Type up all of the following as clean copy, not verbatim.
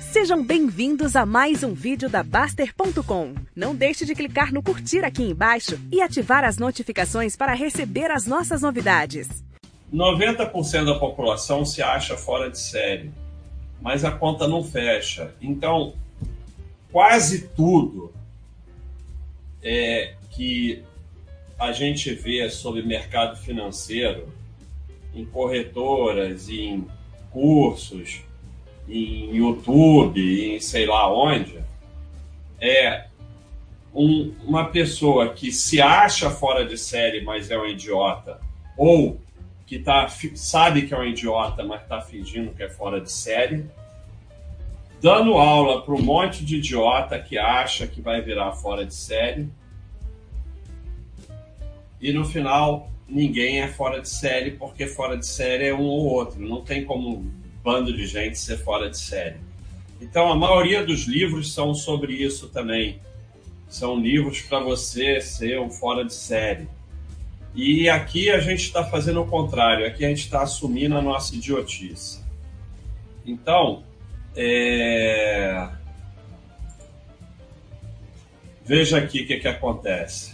Sejam bem-vindos a mais um vídeo da Baster.com. Não deixe de clicar no curtir aqui embaixo e ativar as notificações para receber as nossas novidades. 90% da população se acha fora de série, mas a conta não fecha. Então, quase tudo que a gente vê sobre mercado financeiro, em corretoras, em cursos, em YouTube, em sei lá onde, é uma pessoa que se acha fora de série, mas é um idiota, ou que sabe que é um idiota, mas está fingindo que é fora de série, dando aula para um monte de idiota que acha que vai virar fora de série, e no final ninguém é fora de série, porque fora de série é um ou outro, não tem como bando de gente ser fora de série. Então a maioria dos livros são sobre isso também, são livros para você ser um fora de série. E aqui a gente está fazendo o contrário, aqui a gente está assumindo a nossa idiotice. Então, veja aqui o que acontece.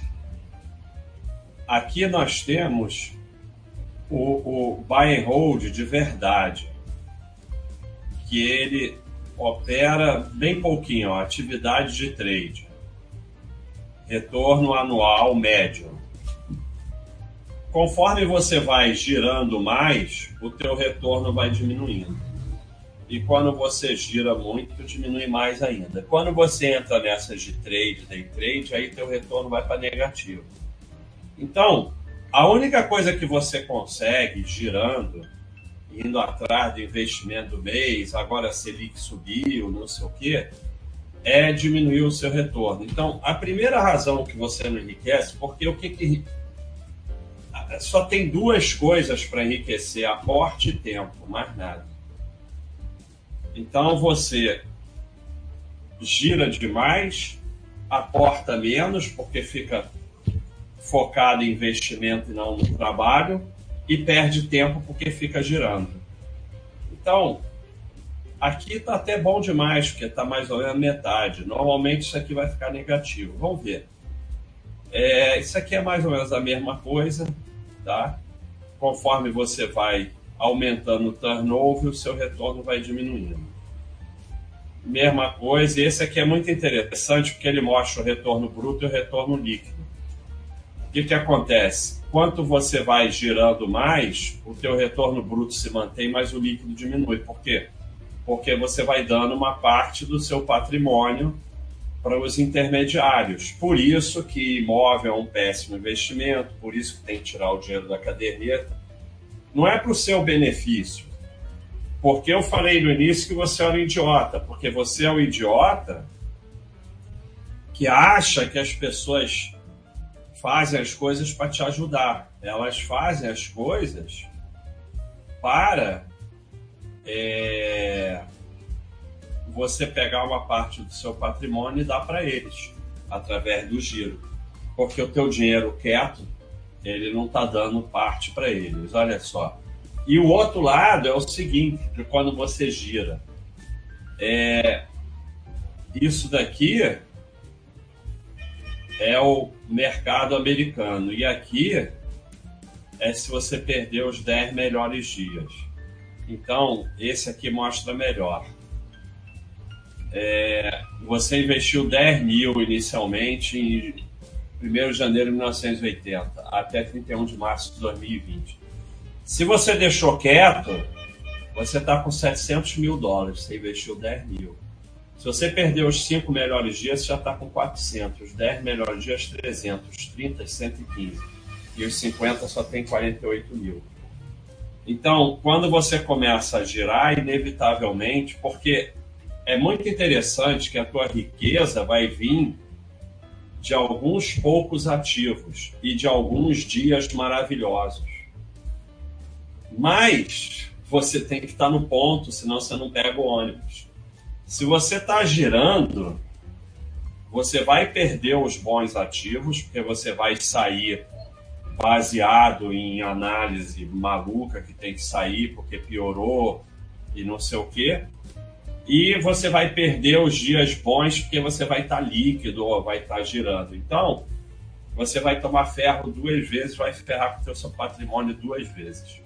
Aqui nós temos o buy and hold de verdade, que ele opera bem pouquinho, ó, atividade de trade, retorno anual médio. Conforme você vai girando mais, o teu retorno vai diminuindo. E quando você gira muito, diminui mais ainda. Quando você entra nessas de trade, day trade, aí teu retorno vai para negativo. Então, a única coisa que você consegue girando, indo atrás do investimento do mês, agora a Selic subiu, não sei o quê, é diminuir o seu retorno. Então, a primeira razão que você não enriquece, porque só tem duas coisas para enriquecer, aporte e tempo, mais nada. Então, você gira demais, aporta menos, porque fica focado em investimento e não no trabalho, e perde tempo porque fica girando. Então, aqui está até bom demais, porque está mais ou menos metade. Normalmente isso aqui vai ficar negativo. Vamos ver. Isso aqui é mais ou menos a mesma coisa, tá? Conforme você vai aumentando o turnover, o seu retorno vai diminuindo. Mesma coisa, e esse aqui é muito interessante, porque ele mostra o retorno bruto e o retorno líquido. O que acontece? Quanto você vai girando mais, o teu retorno bruto se mantém, mas o líquido diminui. Por quê? Porque você vai dando uma parte do seu patrimônio para os intermediários. Por isso que imóvel é um péssimo investimento, por isso que tem que tirar o dinheiro da caderneta. Não é para o seu benefício. Porque eu falei no início que você é um idiota, porque você é um idiota que acha que as pessoas fazem as coisas para te ajudar. Elas fazem as coisas para você pegar uma parte do seu patrimônio e dar para eles, através do giro. Porque o teu dinheiro quieto, ele não está dando parte para eles. Olha só. E o outro lado é o seguinte, que quando você gira, isso daqui é o mercado americano. E aqui é se você perder os 10 melhores dias. Então, esse aqui mostra melhor. Você investiu 10 mil inicialmente em 1º de janeiro de 1980 até 31 de março de 2020. Se você deixou quieto, você está com 700 mil dólares. Você investiu 10 mil. Se você perdeu os 5 melhores dias, você já está com 400. Os 10 melhores dias, 300. Os 30, 115. E os 50 só tem 48 mil. Então, quando você começa a girar, inevitavelmente, porque é muito interessante que a tua riqueza vai vir de alguns poucos ativos e de alguns dias maravilhosos. Mas você tem que estar no ponto, senão você não pega o ônibus. Se você está girando, você vai perder os bons ativos, porque você vai sair baseado em análise maluca que tem que sair porque piorou e não sei o quê. e você vai perder os dias bons porque você vai estar líquido ou vai estar girando. Então, você vai tomar ferro 2 vezes, vai ferrar com o seu patrimônio 2 vezes.